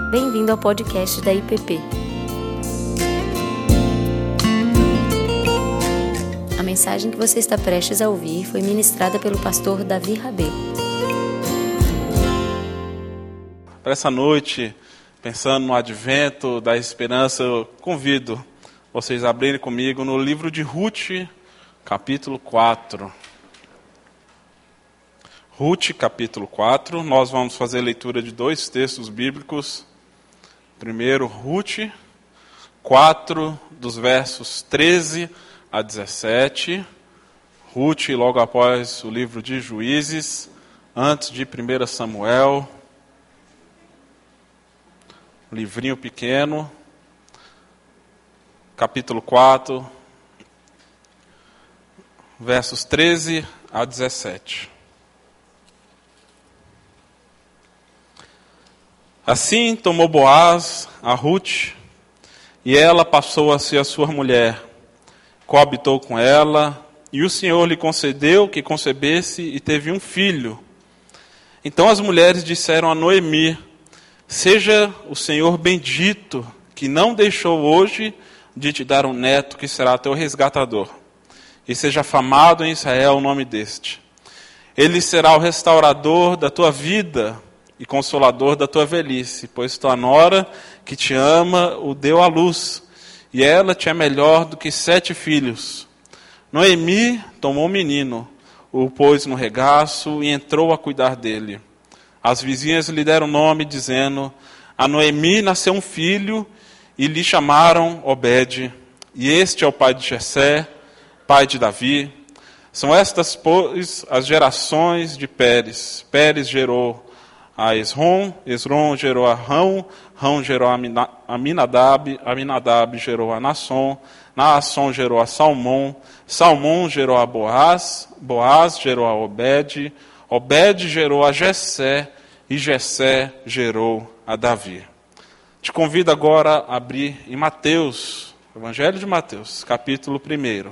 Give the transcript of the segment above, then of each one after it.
Bem-vindo ao podcast da IPP. A mensagem que você está prestes a ouvir foi ministrada pelo pastor Davi Rabelo. Para essa noite, pensando no advento da esperança, eu convido vocês a abrirem comigo no livro de Ruth, capítulo 4. Ruth, capítulo 4, nós vamos fazer a leitura de dois textos bíblicos. Primeiro, Ruth 4, dos versos 13 a 17. Ruth, logo após o livro de Juízes, antes de 1 Samuel. Livrinho pequeno, capítulo 4, versos 13 a 17. Assim tomou Boaz a Ruth, e ela passou a ser a sua mulher. Coabitou com ela, e o Senhor lhe concedeu que concebesse e teve um filho. Então as mulheres disseram a Noemi: seja o Senhor bendito, que não deixou hoje de te dar um neto que será teu resgatador. E seja afamado em Israel o nome deste. Ele será o restaurador da tua vida e consolador da tua velhice, pois tua nora, que te ama, o deu à luz, e ela te é melhor do que 7 filhos. Noemi tomou o menino, o pôs no regaço e entrou a cuidar dele. As vizinhas lhe deram nome, dizendo: a Noemi nasceu um filho, e lhe chamaram Obed. E este é o pai de Jessé, pai de Davi. São estas, pois, as gerações de Pérez. Pérez gerou a Esrom, Esrom gerou a Rão, Rão gerou a Aminadab, Aminadab gerou a Naasson, Naasson gerou a Salmão, Salmão gerou a Boaz, Boaz gerou a Obed, Obed gerou a Jessé, e Jessé gerou a Davi. Te convido agora a abrir em Mateus, Evangelho de Mateus, capítulo 1.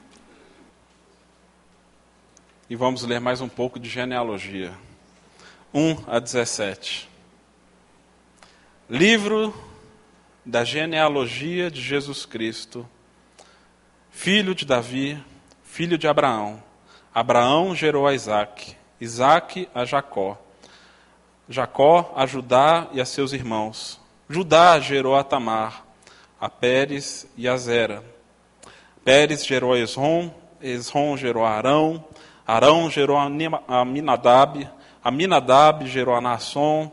E vamos ler mais um pouco de genealogia. 1 a 17. Livro da genealogia de Jesus Cristo, filho de Davi, filho de Abraão. Abraão gerou a Isaque, Isaque a Jacó, Jacó a Judá e a seus irmãos. Judá gerou a Tamar, a Pérez e a Zera. Pérez gerou a Esrom, Esrom gerou a Arão, Arão gerou a Aminadab, Aminadab gerou a Naasson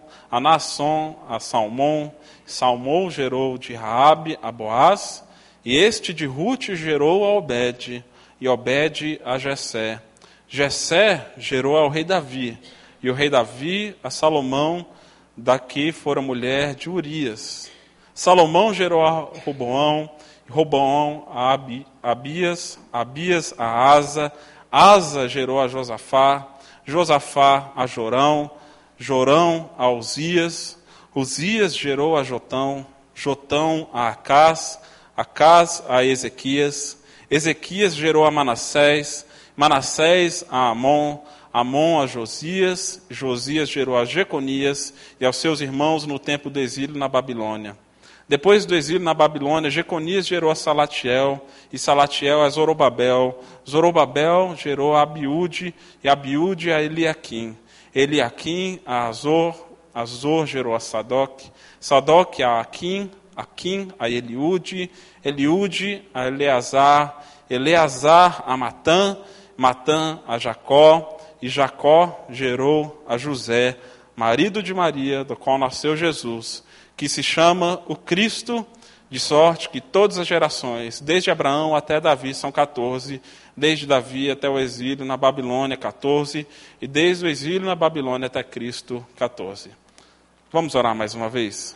a Salmão, Salmão gerou de Raabe a Boaz, e este de Ruth gerou a Obed, e Obed a Jessé. Jessé gerou ao rei Davi, e o rei Davi a Salomão, daqui fora mulher de Urias. Salomão gerou a Roboão, e Roboão a Abias, Abias a Asa, Asa gerou a Josafá, Josafá a Jorão, Jorão a Uzias, Uzias gerou a Jotão, Jotão a Acás, Acás a Ezequias, Ezequias gerou a Manassés, Manassés a Amon, Amon a Josias, Josias gerou a Jeconias e aos seus irmãos no tempo do exílio na Babilônia. Depois do exílio na Babilônia, Jeconias gerou a Salatiel, e Salatiel a Zorobabel. Zorobabel gerou a Abiúde, e Abiúde a Eliaquim. Eliaquim a Azor, Azor gerou a Sadoc. Sadoc a Aquim, Aquim a Eliúde, Eliúde a Eleazar, Eleazar a Matã, Matã a Jacó, e Jacó gerou a José, marido de Maria, do qual nasceu Jesus, que se chama o Cristo, de sorte que todas as gerações, desde Abraão até Davi, são 14, desde Davi até o exílio na Babilônia, 14, e desde o exílio na Babilônia até Cristo, 14. Vamos orar mais uma vez?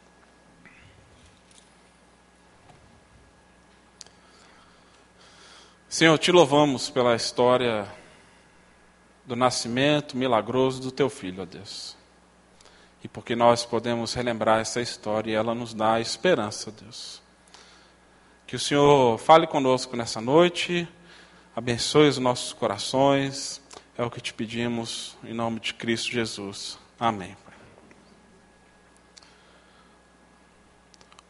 Senhor, te louvamos pela história do nascimento milagroso do teu Filho, ó Deus. E porque nós podemos relembrar essa história e ela nos dá esperança, Deus. Que o Senhor fale conosco nessa noite, abençoe os nossos corações, é o que te pedimos em nome de Cristo Jesus. Amém.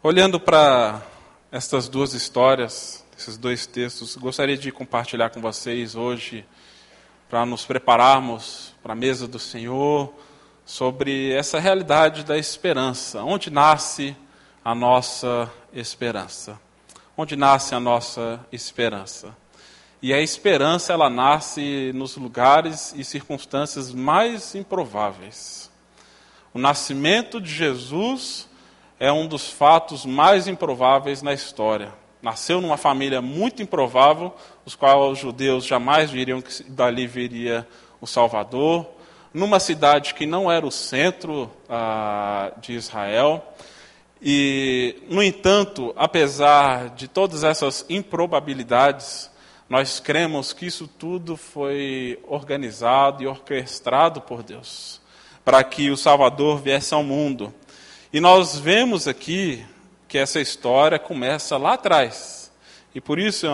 Olhando para estas duas histórias, esses dois textos, gostaria de compartilhar com vocês hoje, para nos prepararmos para a mesa do Senhor, sobre essa realidade da esperança. Onde nasce a nossa esperança? Onde nasce a nossa esperança? E a esperança, ela nasce nos lugares e circunstâncias mais improváveis. O nascimento de Jesus é um dos fatos mais improváveis na história. Nasceu numa família muito improvável, os quais os judeus jamais diriam que dali viria o Salvador, numa cidade que não era o centro de Israel. E, no entanto, apesar de todas essas improbabilidades, nós cremos que isso tudo foi organizado e orquestrado por Deus, para que o Salvador viesse ao mundo. E nós vemos aqui que essa história começa lá atrás. E por isso,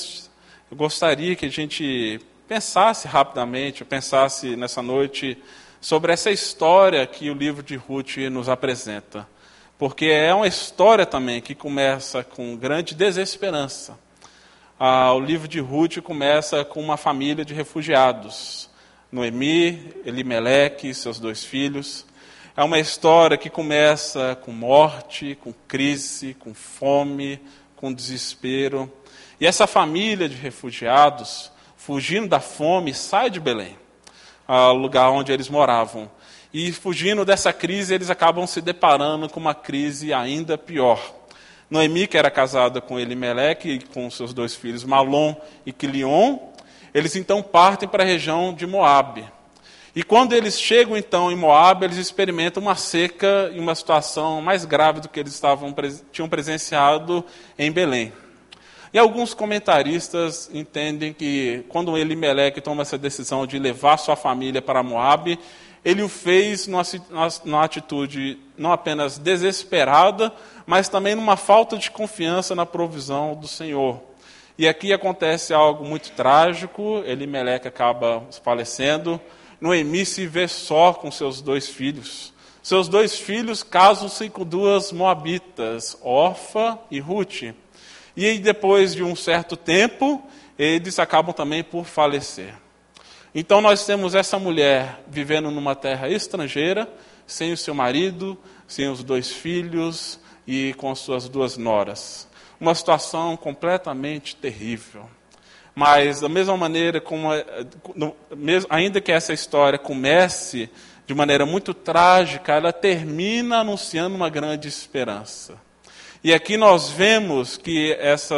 eu gostaria que a gente pensasse rapidamente, pensasse nessa noite sobre essa história que o livro de Ruth nos apresenta. Porque é uma história também que começa com grande desesperança. O livro de Ruth começa com uma família de refugiados. Noemi, Elimeleque e seus 2 filhos. É uma história que começa com morte, com crise, com fome, com desespero. E essa família de refugiados, fugindo da fome, sai de Belém, o lugar onde eles moravam. E fugindo dessa crise, eles acabam se deparando com uma crise ainda pior. Noemi, que era casada com Elimeleque e com seus 2 filhos, Malom e Quilion, eles então partem para a região de Moabe. E quando eles chegam, então, em Moabe, eles experimentam uma seca e uma situação mais grave do que eles tinham presenciado em Belém. E alguns comentaristas entendem que, quando Elimeleque toma essa decisão de levar sua família para Moabe, ele o fez numa atitude não apenas desesperada, mas também numa falta de confiança na provisão do Senhor. E aqui acontece algo muito trágico, Elimeleque acaba falecendo, Noemi se vê só com seus 2 filhos. Seus 2 filhos casam-se com 2 moabitas, Orfa e Ruth. E aí, depois de um certo tempo, eles acabam também por falecer. Então nós temos essa mulher vivendo numa terra estrangeira, sem o seu marido, sem os 2 filhos e com as suas 2 noras. Uma situação completamente terrível. Mas, da mesma maneira, ainda que essa história comece de maneira muito trágica, ela termina anunciando uma grande esperança. E aqui nós vemos que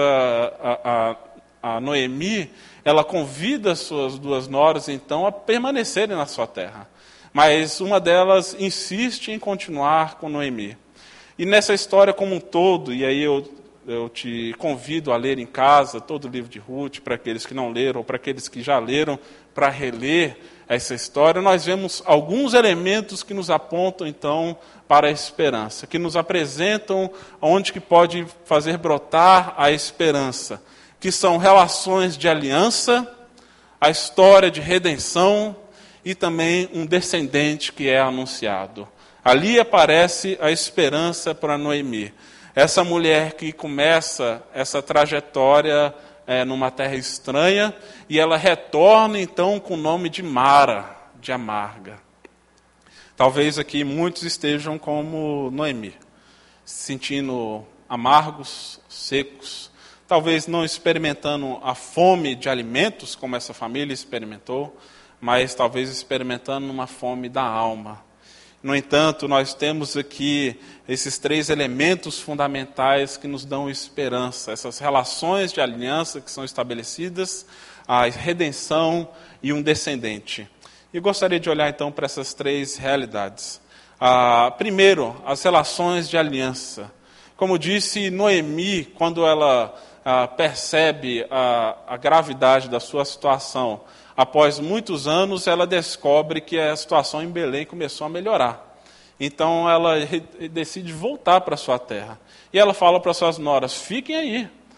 a Noemi, ela convida as suas 2 noras, então, a permanecerem na sua terra. Mas uma delas insiste em continuar com Noemi. E nessa história como um todo, e aí eu te convido a ler em casa todo o livro de Ruth, para aqueles que não leram, ou para aqueles que já leram, para reler essa história, nós vemos alguns elementos que nos apontam, então, para a esperança, que nos apresentam onde que pode fazer brotar a esperança, que são relações de aliança, a história de redenção e também um descendente que é anunciado. Ali aparece a esperança para Noemi. Essa mulher que começa essa trajetória numa terra estranha, e ela retorna então com o nome de Mara, de amarga. Talvez aqui muitos estejam como Noemi, se sentindo amargos, secos, talvez não experimentando a fome de alimentos como essa família experimentou, mas talvez experimentando uma fome da alma. No entanto, nós temos aqui esses 3 elementos fundamentais que nos dão esperança, essas relações de aliança que são estabelecidas, a redenção e um descendente. E gostaria de olhar então para essas 3 realidades. Primeiro, as relações de aliança. Como disse Noemi, quando ela percebe a gravidade da sua situação, após muitos anos, ela descobre que a situação em Belém começou a melhorar. Então, ela decide voltar para sua terra. E ela fala para suas noras, fiquem aí.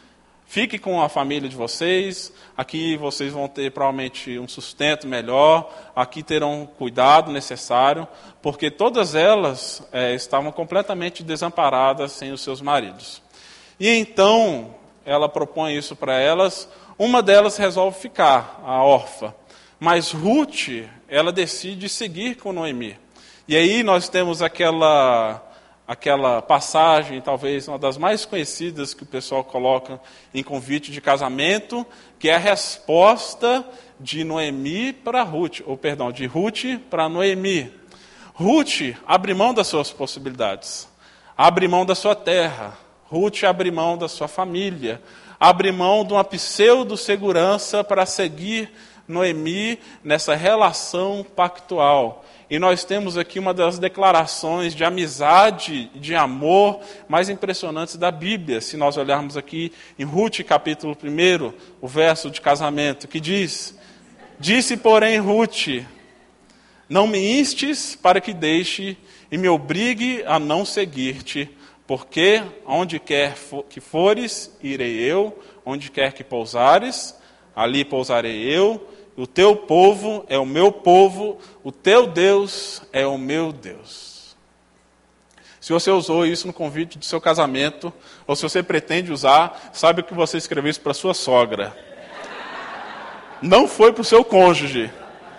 Fique com a família de vocês, aqui vocês vão ter provavelmente um sustento melhor, aqui terão cuidado necessário, porque todas elas estavam completamente desamparadas sem os seus maridos. E então, ela propõe isso para elas, uma delas resolve ficar, a órfã, mas Ruth, ela decide seguir com Noemi. E aí nós temos aquela passagem, talvez uma das mais conhecidas que o pessoal coloca em convite de casamento, que é a resposta de Noemi para Ruth, ou perdão, de Ruth para Noemi. Ruth abre mão das suas possibilidades, abre mão da sua terra, Ruth abre mão da sua família, abre mão de uma pseudo-segurança para seguir Noemi nessa relação pactual. E nós temos aqui uma das declarações de amizade e de amor mais impressionantes da Bíblia. Se nós olharmos aqui em Ruth, capítulo 1, o verso de casamento, que diz: Disse, porém, Ruth, não me instes para que deixe e me obrigue a não seguir-te, porque onde quer que fores, irei eu, onde quer que pousares, ali pousarei eu. O teu povo é o meu povo, o teu Deus é o meu Deus. Se você usou isso no convite do seu casamento, ou se você pretende usar, sabe que você escreveu isso para sua sogra. Não foi para o seu cônjuge.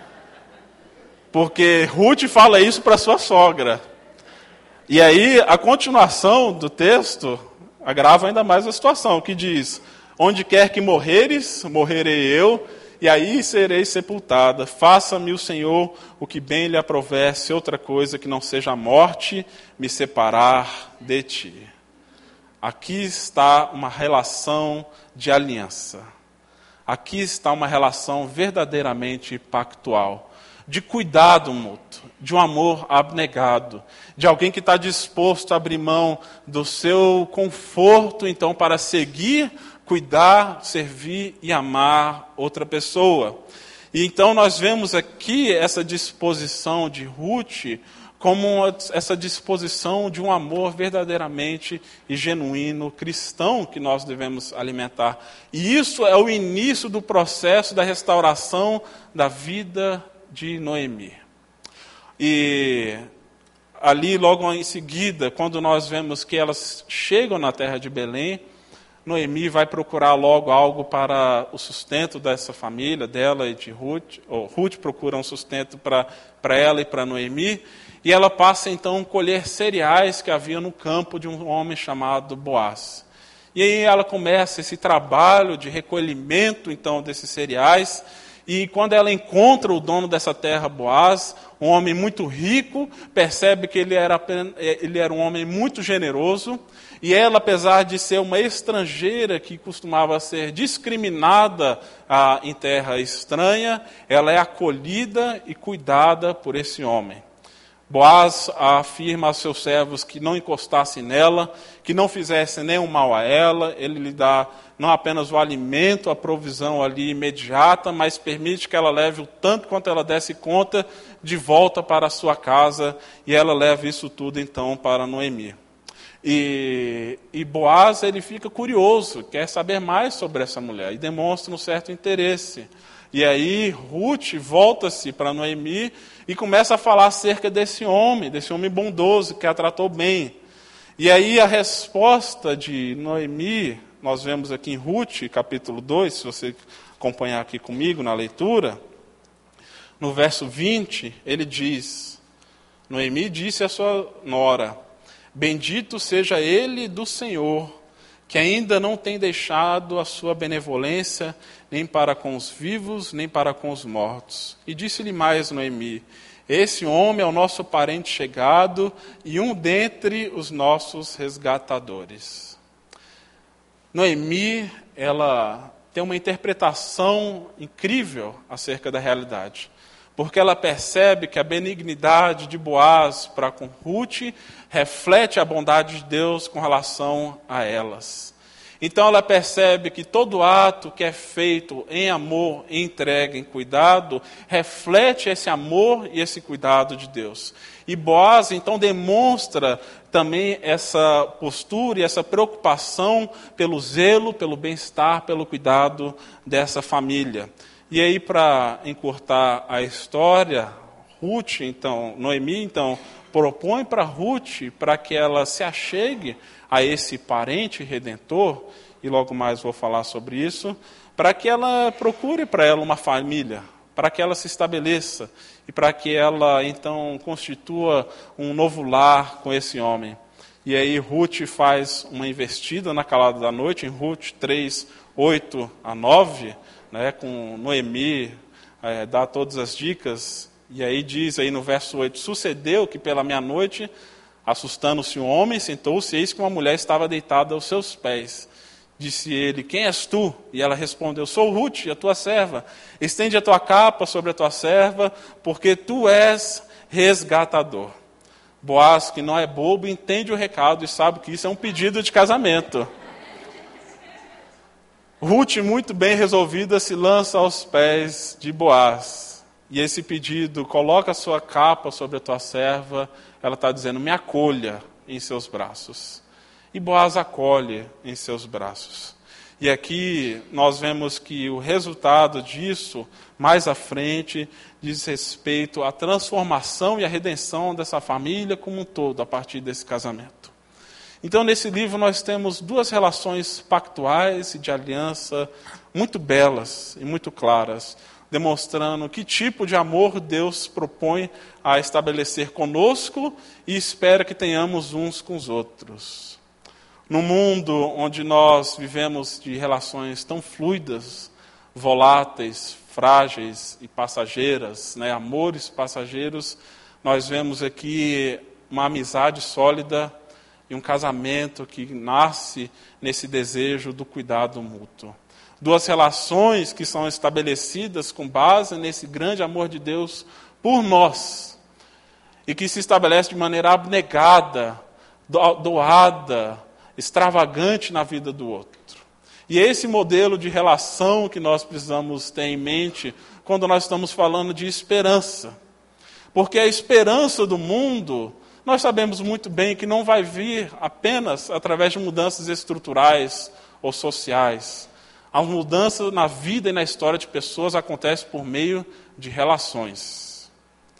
Porque Ruth fala isso para sua sogra. E aí, a continuação do texto agrava ainda mais a situação, que diz: Onde quer que morreres, morrerei eu, e aí serei sepultada. Faça-me o Senhor o que bem lhe aprover, se outra coisa que não seja a morte me separar de ti. Aqui está uma relação de aliança. Aqui está uma relação verdadeiramente pactual, de cuidado mútuo, de um amor abnegado, de alguém que está disposto a abrir mão do seu conforto, então, para seguir, cuidar, servir e amar outra pessoa. E então nós vemos aqui essa disposição de Ruth como essa disposição de um amor verdadeiramente e genuíno cristão que nós devemos alimentar. E isso é o início do processo da restauração da vida de Noemi. E ali, logo em seguida, quando nós vemos que elas chegam na terra de Belém, Noemi vai procurar logo algo para o sustento dessa família, dela e de Ruth. Ou Ruth procura um sustento para ela e para Noemi. E ela passa então a colher cereais que havia no campo de um homem chamado Boaz. E aí ela começa esse trabalho de recolhimento então desses cereais. E quando ela encontra o dono dessa terra, Boaz, um homem muito rico, percebe que ele era um homem muito generoso, e ela, apesar de ser uma estrangeira que costumava ser discriminada em terra estranha, ela é acolhida e cuidada por esse homem. Boaz afirma aos seus servos que não encostassem nela, que não fizessem nenhum mal a ela, ele lhe dá não apenas o alimento, a provisão ali imediata, mas permite que ela leve o tanto quanto ela desse conta de volta para a sua casa, e ela leva isso tudo então para Noemi. E Boaz, ele fica curioso, quer saber mais sobre essa mulher, e demonstra um certo interesse. E aí Ruth volta-se para Noemi e começa a falar acerca desse homem bondoso, que a tratou bem. E aí a resposta de Noemi, nós vemos aqui em Ruth, capítulo 2, se você acompanhar aqui comigo na leitura, no verso 20, ele diz: Noemi disse à sua nora: Bendito seja ele do Senhor, que ainda não tem deixado a sua benevolência, nem para com os vivos, nem para com os mortos. E disse-lhe mais Noemi: Esse homem é o nosso parente chegado e um dentre os nossos resgatadores. Noemi, ela tem uma interpretação incrível acerca da realidade, porque ela percebe que a benignidade de Boaz para com Ruth reflete a bondade de Deus com relação a elas. Então ela percebe que todo ato que é feito em amor, em entrega, em cuidado, reflete esse amor e esse cuidado de Deus. E Boaz então demonstra também essa postura e essa preocupação pelo zelo, pelo bem-estar, pelo cuidado dessa família. E aí, para encurtar a história, Noemi propõe para Ruth para que ela se achegue a esse parente redentor, e logo mais vou falar sobre isso, para que ela procure para ela uma família, para que ela se estabeleça e para que ela então constitua um novo lar com esse homem. E aí Ruth faz uma investida na calada da noite, em Ruth 3, 8 a 9, com Noemi, dá todas as dicas, e aí diz aí no verso 8, sucedeu que pela meia-noite, assustando-se o homem, sentou-se, eis que uma mulher estava deitada aos seus pés. Disse ele, quem és tu? E ela respondeu, sou Ruth, a tua serva. Estende a tua capa sobre a tua serva, porque tu és resgatador. Boaz, que não é bobo, entende o recado e sabe que isso é um pedido de casamento. Ruth, muito bem resolvida, se lança aos pés de Boaz. E esse pedido, coloca a sua capa sobre a tua serva, ela está dizendo, me acolha em seus braços. E Boaz acolhe em seus braços. E aqui nós vemos que o resultado disso, mais à frente, diz respeito à transformação e à redenção dessa família como um todo, a partir desse casamento. Então, nesse livro, nós temos duas relações pactuais e de aliança muito belas e muito claras, demonstrando que tipo de amor Deus propõe a estabelecer conosco e espera que tenhamos uns com os outros. No mundo onde nós vivemos de relações tão fluidas, voláteis, frágeis e passageiras, amores passageiros, nós vemos aqui uma amizade sólida e um casamento que nasce nesse desejo do cuidado mútuo. Duas relações que são estabelecidas com base nesse grande amor de Deus por nós e que se estabelece de maneira abnegada, doada, extravagante na vida do outro. E é esse modelo de relação que nós precisamos ter em mente quando nós estamos falando de esperança. Porque a esperança do mundo, nós sabemos muito bem que não vai vir apenas através de mudanças estruturais ou sociais. A mudança na vida e na história de pessoas acontece por meio de relações.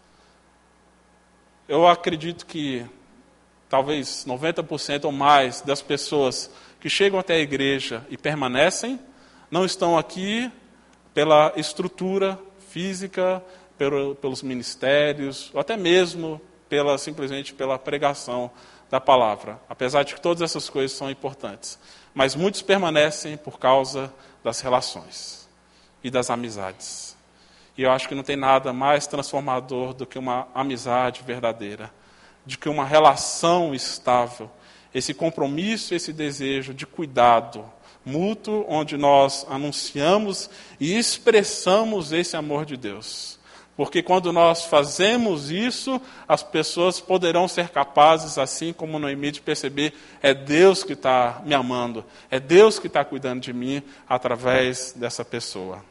Eu acredito que talvez 90% ou mais das pessoas que chegam até a igreja e permanecem, não estão aqui pela estrutura física, pelos ministérios, ou até mesmo simplesmente pela pregação da palavra. Apesar de que todas essas coisas são importantes. Mas muitos permanecem por causa das relações e das amizades. E eu acho que não tem nada mais transformador do que uma amizade verdadeira, de que uma relação estável, esse compromisso, esse desejo de cuidado mútuo, onde nós anunciamos e expressamos esse amor de Deus. Porque quando nós fazemos isso, as pessoas poderão ser capazes, assim como Noemi, de perceber, é Deus que está me amando, é Deus que está cuidando de mim através dessa pessoa.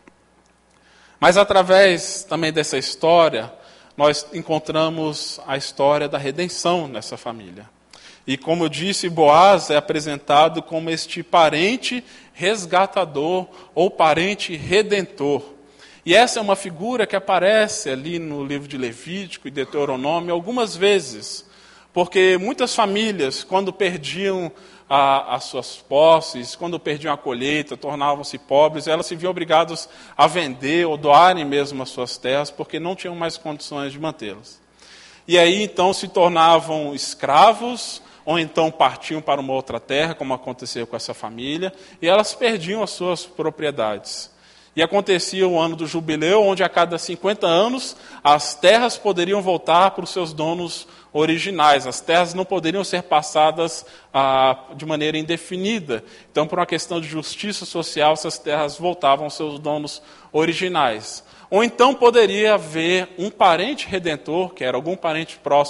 Mas através também dessa história, nós encontramos a história da redenção nessa família. E como eu disse, Boaz é apresentado como este parente resgatador ou parente redentor. E essa é uma figura que aparece ali no livro de Levítico e Deuteronômio algumas vezes. Porque muitas famílias, quando perdiam as suas posses, quando perdiam a colheita, tornavam-se pobres, elas se viam obrigadas a vender ou doarem mesmo as suas terras, porque não tinham mais condições de mantê-las. E aí, então, se tornavam escravos, ou então partiam para uma outra terra, como aconteceu com essa família, e elas perdiam as suas propriedades. E acontecia o ano do jubileu, onde a cada 50 anos as terras poderiam voltar para os seus donos originais. As terras não poderiam ser passadas de maneira indefinida. Então, por uma questão de justiça social, essas terras voltavam aos seus donos originais. Ou então poderia haver um parente redentor, que era algum parente próximo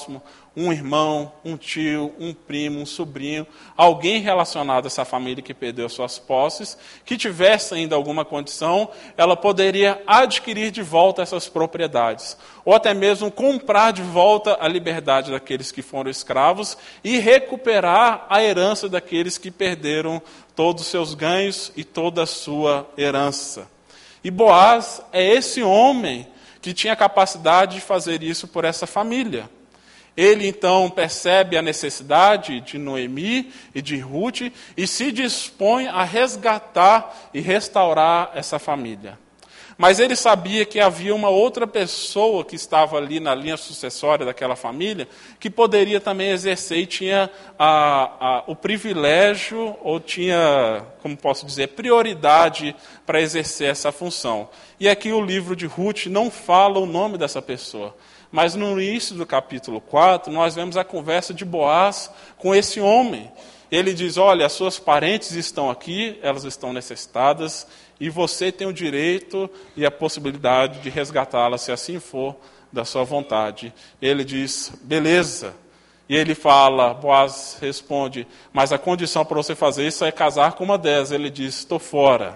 um irmão, um tio, um primo, um sobrinho, alguém relacionado a essa família que perdeu suas posses, que tivesse ainda alguma condição, ela poderia adquirir de volta essas propriedades, ou até mesmo comprar de volta a liberdade daqueles que foram escravos e recuperar a herança daqueles que perderam todos os seus ganhos e toda a sua herança. E Boaz é esse homem que tinha a capacidade de fazer isso por essa família. Ele, então, percebe a necessidade de Noemi e de Ruth e se dispõe a resgatar e restaurar essa família. Mas ele sabia que havia uma outra pessoa que estava ali na linha sucessória daquela família, que poderia também exercer e tinha o privilégio, ou tinha, como posso dizer, prioridade para exercer essa função. E aqui o livro de Ruth não fala o nome dessa pessoa. Mas no início do capítulo 4, nós vemos a conversa de Boaz com esse homem. Ele diz, olha, as suas parentes estão aqui, elas estão necessitadas, e você tem o direito e a possibilidade de resgatá-las, se assim for da sua vontade. Ele diz, beleza. E ele fala, Boaz responde, mas a condição para você fazer isso é casar com uma delas. Ele diz, estou fora.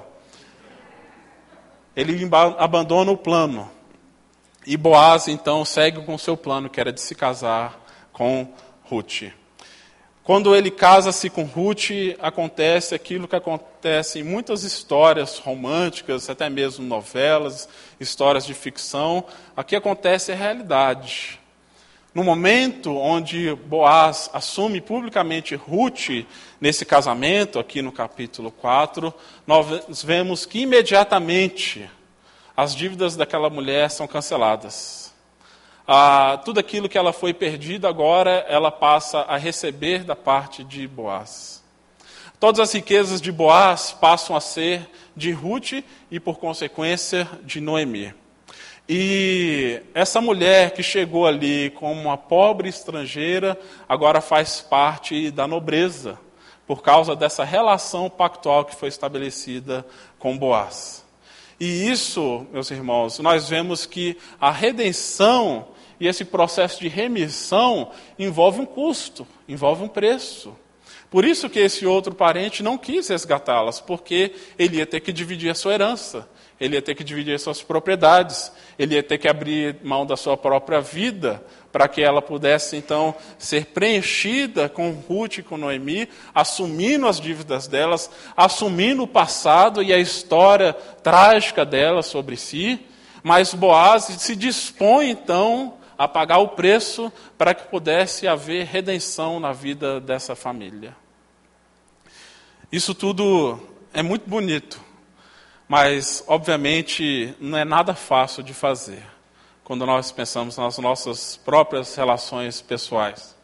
Ele abandona o plano. E Boaz, então, segue com o seu plano, que era de se casar com Ruth. Quando ele casa-se com Ruth, acontece aquilo que acontece em muitas histórias românticas, até mesmo novelas, histórias de ficção. Aqui acontece a realidade. No momento onde Boaz assume publicamente Ruth nesse casamento, aqui no capítulo 4, nós vemos que imediatamente as dívidas daquela mulher são canceladas. Tudo aquilo que ela foi perdida, agora ela passa a receber da parte de Boaz. Todas as riquezas de Boaz passam a ser de Ruth e, por consequência, de Noemi. E essa mulher que chegou ali como uma pobre estrangeira, agora faz parte da nobreza, por causa dessa relação pactual que foi estabelecida com Boaz. E isso, meus irmãos, nós vemos que a redenção e esse processo de remissão envolve um custo, envolve um preço. Por isso que esse outro parente não quis resgatá-las, porque ele ia ter que dividir a sua herança, ele ia ter que dividir as suas propriedades, ele ia ter que abrir mão da sua própria vida para que ela pudesse, então, ser preenchida com Ruth e com Noemi, assumindo as dívidas delas, assumindo o passado e a história trágica delas sobre si. Mas Boaz se dispõe, então, a pagar o preço para que pudesse haver redenção na vida dessa família. Isso tudo é muito bonito, mas, obviamente, não é nada fácil de fazer quando nós pensamos nas nossas próprias relações pessoais.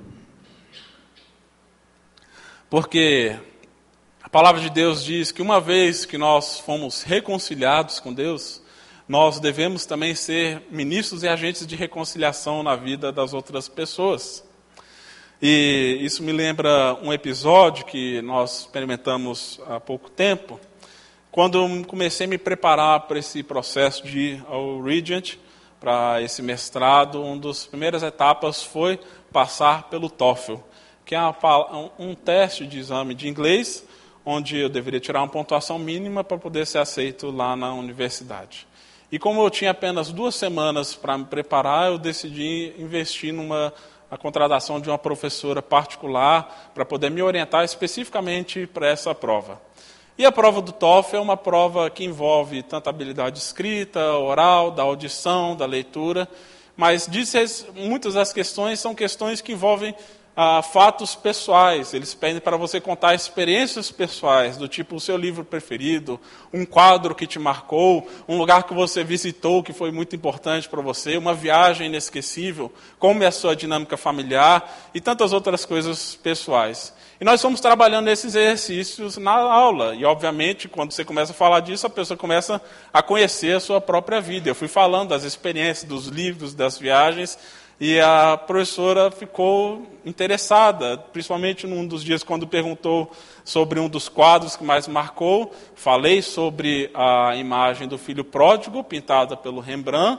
Porque a palavra de Deus diz que uma vez que nós fomos reconciliados com Deus, nós devemos também ser ministros e agentes de reconciliação na vida das outras pessoas. E isso me lembra um episódio que nós experimentamos há pouco tempo, quando eu comecei a me preparar para esse processo de ir ao Regent, para esse mestrado. Uma das primeiras etapas foi passar pelo TOEFL, que é um teste de exame de inglês, onde eu deveria tirar uma pontuação mínima para poder ser aceito lá na universidade. E como eu tinha apenas 2 semanas para me preparar, eu decidi investir a contratação de uma professora particular para poder me orientar especificamente para essa prova. E a prova do TOEFL é uma prova que envolve tanto a habilidade escrita, oral, da audição, da leitura, mas muitas das questões são questões que envolvem fatos pessoais. Eles pedem para você contar experiências pessoais, do tipo o seu livro preferido, um quadro que te marcou, um lugar que você visitou que foi muito importante para você, uma viagem inesquecível, como é a sua dinâmica familiar e tantas outras coisas pessoais. E nós fomos trabalhando esses exercícios na aula. E, obviamente, quando você começa a falar disso, a pessoa começa a conhecer a sua própria vida. Eu fui falando das experiências, dos livros, das viagens, e a professora ficou interessada, principalmente num dos dias quando perguntou sobre um dos quadros que mais marcou. Falei sobre a imagem do filho pródigo, pintada pelo Rembrandt,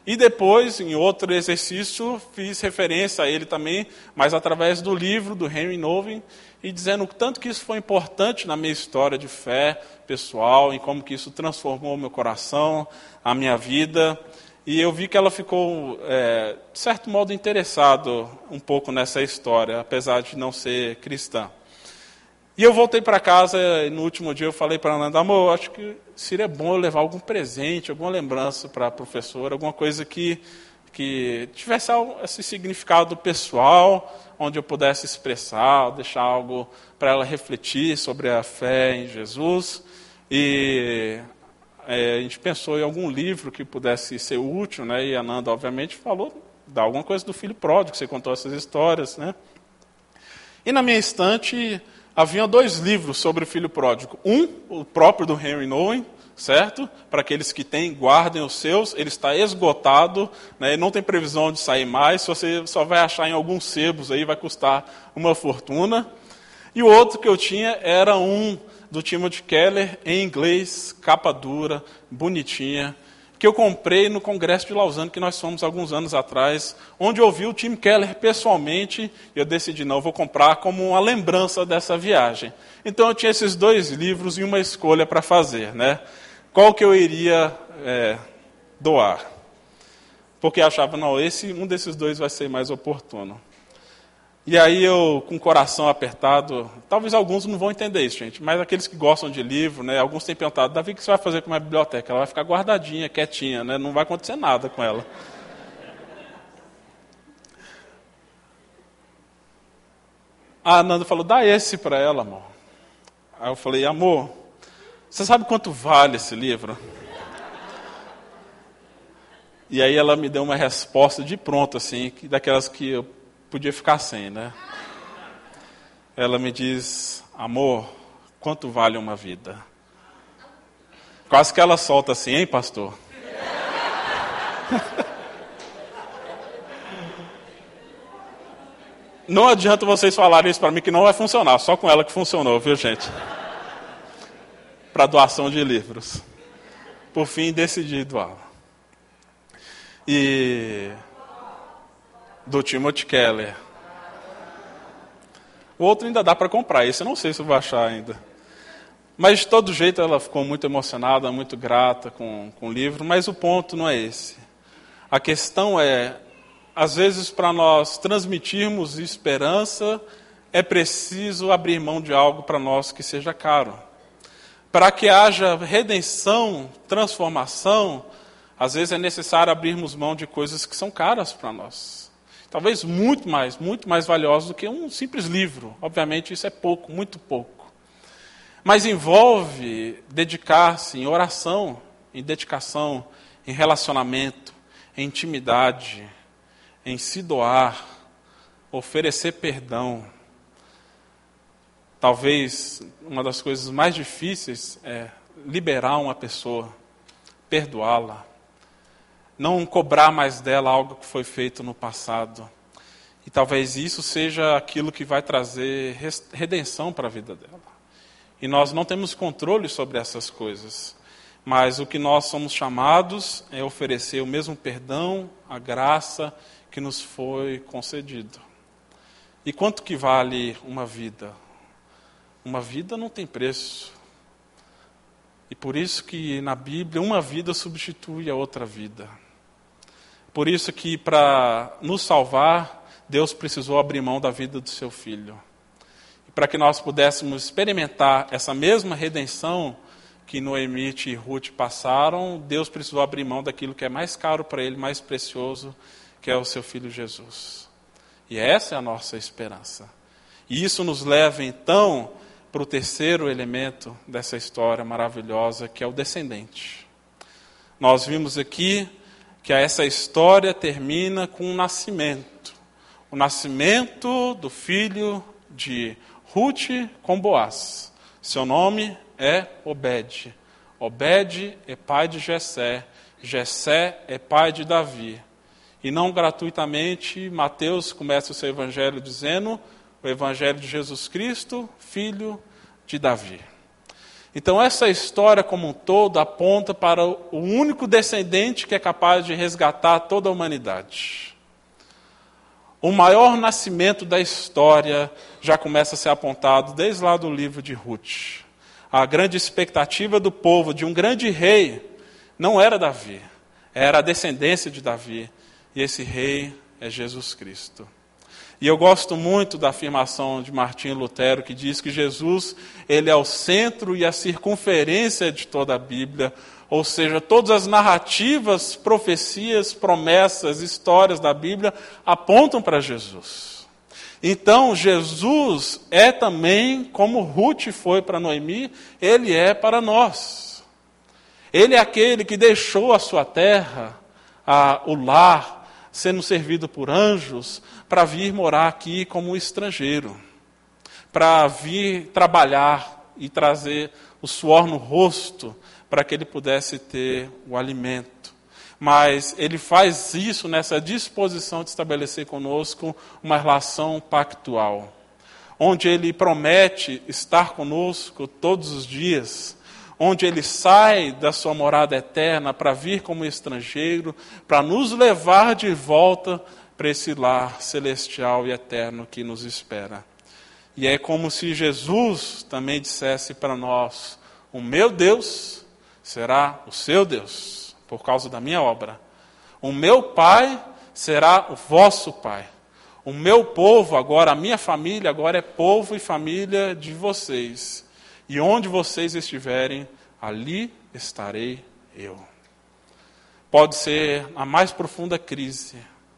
E depois, em outro exercício, fiz referência a ele também, mas através do livro do Henry Nouwen, e dizendo o tanto que isso foi importante na minha história de fé pessoal, e como que isso transformou o meu coração, a minha vida. E eu vi que ela ficou, de certo modo, interessado um pouco nessa história, apesar de não ser cristã. E eu voltei para casa, e no último dia eu falei para a Nanda, amor, acho que seria bom eu levar algum presente, alguma lembrança para a professora, alguma coisa que tivesse esse significado pessoal, onde eu pudesse expressar, deixar algo para ela refletir sobre a fé em Jesus. E a gente pensou em algum livro que pudesse ser útil, né? E a Nanda, obviamente, falou de alguma coisa do Filho Pródigo, que você contou essas histórias, né? E na minha estante havia 2 livros sobre o Filho Pródigo. O próprio do Henry Nouwen, certo? Para aqueles que têm, guardem os seus. Ele está esgotado, né? Não tem previsão de sair mais. Você só vai achar em alguns sebos, aí vai custar uma fortuna. E o outro que eu tinha era um do Timothy Keller, em inglês, capa dura, bonitinha, que eu comprei no Congresso de Lausanne, que nós fomos alguns anos atrás, onde eu ouvi o Tim Keller pessoalmente, e eu decidi, não, eu vou comprar como uma lembrança dessa viagem. Então eu tinha esses 2 livros e uma escolha para fazer, né? Qual que eu iria doar? Porque eu achava, não, um desses 2 vai ser mais oportuno. E aí eu, com o coração apertado, talvez alguns não vão entender isso, gente, mas aqueles que gostam de livro, né, alguns têm perguntado, Davi, o que você vai fazer com a biblioteca? Ela vai ficar guardadinha, quietinha, né, não vai acontecer nada com ela. A Nanda falou, dá esse para ela, amor. Aí eu falei, amor, você sabe quanto vale esse livro? E aí ela me deu uma resposta de pronto, assim, daquelas que eu podia ficar sem, né? Ela me diz, amor, quanto vale uma vida? Quase que ela solta assim, hein, pastor? Não adianta vocês falarem isso para mim que não vai funcionar, só com ela que funcionou, viu, gente? Para doação de livros. Por fim, decidi doar. E do Timothy Keller. O outro ainda dá para comprar, esse eu não sei se eu vou achar ainda. Mas de todo jeito ela ficou muito emocionada, muito grata com o livro, mas o ponto não é esse. A questão é, às vezes para nós transmitirmos esperança, é preciso abrir mão de algo para nós que seja caro. Para que haja redenção, transformação, às vezes é necessário abrirmos mão de coisas que são caras para nós. Talvez muito mais valiosos do que um simples livro. Obviamente isso é pouco, muito pouco. Mas envolve dedicar-se em oração, em dedicação, em relacionamento, em intimidade, em se doar, oferecer perdão. Talvez uma das coisas mais difíceis é liberar uma pessoa, perdoá-la. Não cobrar mais dela algo que foi feito no passado. E talvez isso seja aquilo que vai trazer redenção para a vida dela. E nós não temos controle sobre essas coisas. Mas o que nós somos chamados é oferecer o mesmo perdão, a graça que nos foi concedido. E quanto que vale uma vida? Uma vida não tem preço. E por isso que na Bíblia uma vida substitui a outra vida. Por isso que para nos salvar, Deus precisou abrir mão da vida do seu Filho. E para que nós pudéssemos experimentar essa mesma redenção que Noemi e Ruth passaram, Deus precisou abrir mão daquilo que é mais caro para ele, mais precioso, que é o seu Filho Jesus. E essa é a nossa esperança. E isso nos leva então para o terceiro elemento dessa história maravilhosa, que é o descendente. Nós vimos aqui que essa história termina com um nascimento. O nascimento do filho de Ruth com Boaz. Seu nome é Obed. Obed é pai de Jessé. Jessé é pai de Davi. E não gratuitamente, Mateus começa o seu evangelho dizendo o evangelho de Jesus Cristo, filho de Davi. Então essa história como um todo aponta para o único descendente que é capaz de resgatar toda a humanidade. O maior nascimento da história já começa a ser apontado desde lá do livro de Ruth. A grande expectativa do povo de um grande rei não era Davi, era a descendência de Davi. E esse rei é Jesus Cristo. E eu gosto muito da afirmação de Martinho Lutero, que diz que Jesus, ele é o centro e a circunferência de toda a Bíblia, ou seja, todas as narrativas, profecias, promessas, histórias da Bíblia apontam para Jesus. Então, Jesus é também, como Ruth foi para Noemi, ele é para nós. Ele é aquele que deixou a sua terra, o lar, sendo servido por anjos, para vir morar aqui como um estrangeiro, para vir trabalhar e trazer o suor no rosto, para que ele pudesse ter o alimento. Mas ele faz isso nessa disposição de estabelecer conosco uma relação pactual, onde ele promete estar conosco todos os dias, onde ele sai da sua morada eterna para vir como estrangeiro, para nos levar de volta para esse lar celestial e eterno que nos espera. E é como se Jesus também dissesse para nós: o meu Deus será o seu Deus, por causa da minha obra. O meu Pai será o vosso Pai. O meu povo agora, a minha família agora é povo e família de vocês. E onde vocês estiverem, ali estarei eu. Pode ser a mais profunda crise,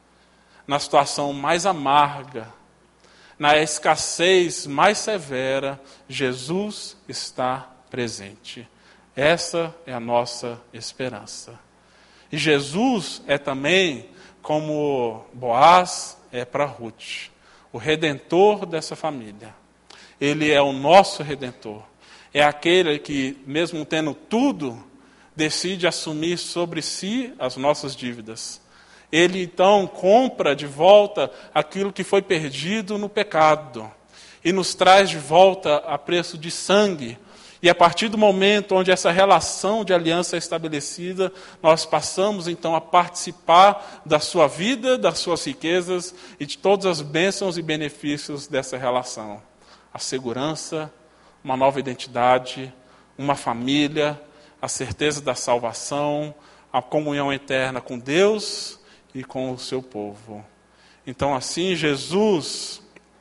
na situação mais amarga, na escassez mais severa, Jesus está presente. Essa é a nossa esperança. E Jesus é também, como Boaz é para Ruth, o redentor dessa família. Ele é o nosso redentor. É aquele que, mesmo tendo tudo, decide assumir sobre si as nossas dívidas. Ele, então, compra de volta aquilo que foi perdido no pecado e nos traz de volta a preço de sangue. E a partir do momento onde essa relação de aliança é estabelecida, nós passamos, então, a participar da sua vida, das suas riquezas e de todas as bênçãos e benefícios dessa relação. A segurança, uma nova identidade, uma família, a certeza da salvação, a comunhão eterna com Deus e com o seu povo. Então, assim, Jesus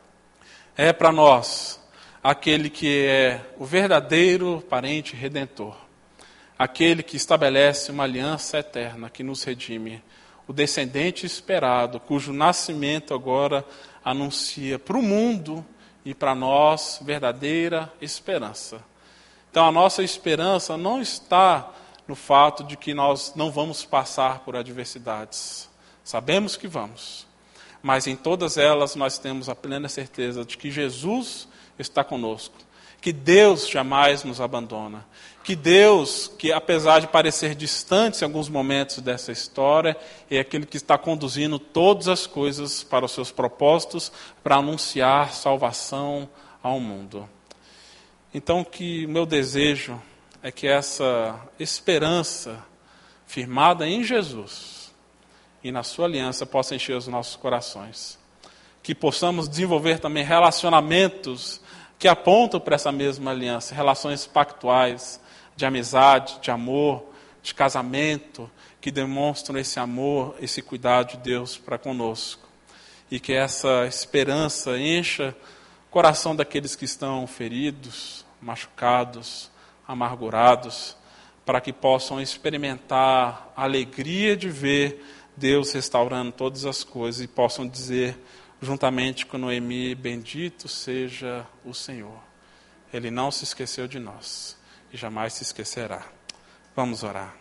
é para nós aquele que é o verdadeiro parente redentor, aquele que estabelece uma aliança eterna, que nos redime, o descendente esperado, cujo nascimento agora anuncia para o mundo e para nós verdadeira esperança. Então a nossa esperança não está no fato de que nós não vamos passar por adversidades. Sabemos que vamos, mas em todas elas nós temos a plena certeza de que Jesus está conosco, que Deus jamais nos abandona, que Deus, que apesar de parecer distante em alguns momentos dessa história, é aquele que está conduzindo todas as coisas para os seus propósitos, para anunciar salvação ao mundo. Então, que meu desejo é que essa esperança firmada em Jesus e na sua aliança possa encher os nossos corações. Que possamos desenvolver também relacionamentos que apontam para essa mesma aliança, relações pactuais, de amizade, de amor, de casamento, que demonstram esse amor, esse cuidado de Deus para conosco. E que essa esperança encha o coração daqueles que estão feridos, machucados, amargurados, para que possam experimentar a alegria de ver Deus restaurando todas as coisas e possam dizer, juntamente com Noemi: bendito seja o Senhor. Ele não se esqueceu de nós e jamais se esquecerá. Vamos orar.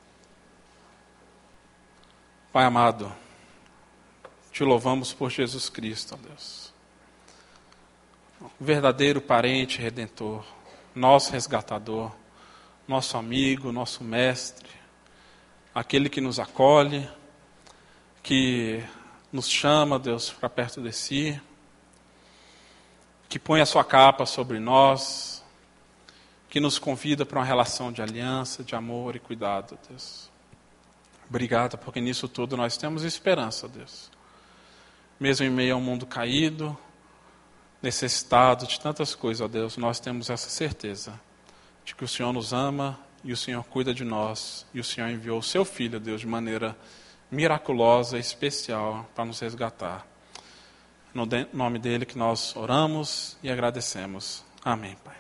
Pai amado, te louvamos por Jesus Cristo, ó Deus. O verdadeiro parente redentor, nosso resgatador, nosso amigo, nosso mestre, aquele que nos acolhe, que nos chama, Deus, para perto de si, que põe a sua capa sobre nós, que nos convida para uma relação de aliança, de amor e cuidado, Deus. Obrigado, porque nisso tudo nós temos esperança, Deus. Mesmo em meio a um mundo caído, necessitado de tantas coisas, ó Deus, nós temos essa certeza de que o Senhor nos ama e o Senhor cuida de nós. E o Senhor enviou o seu Filho, Deus, de maneira miraculosa e especial para nos resgatar. No nome dele que nós oramos e agradecemos. Amém, Pai.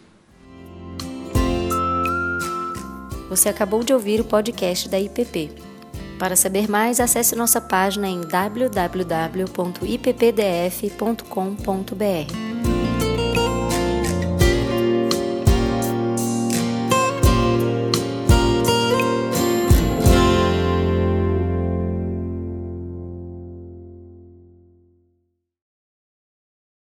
Você acabou de ouvir o podcast da IPP. Para saber mais, acesse nossa página em www.ippdf.com.br.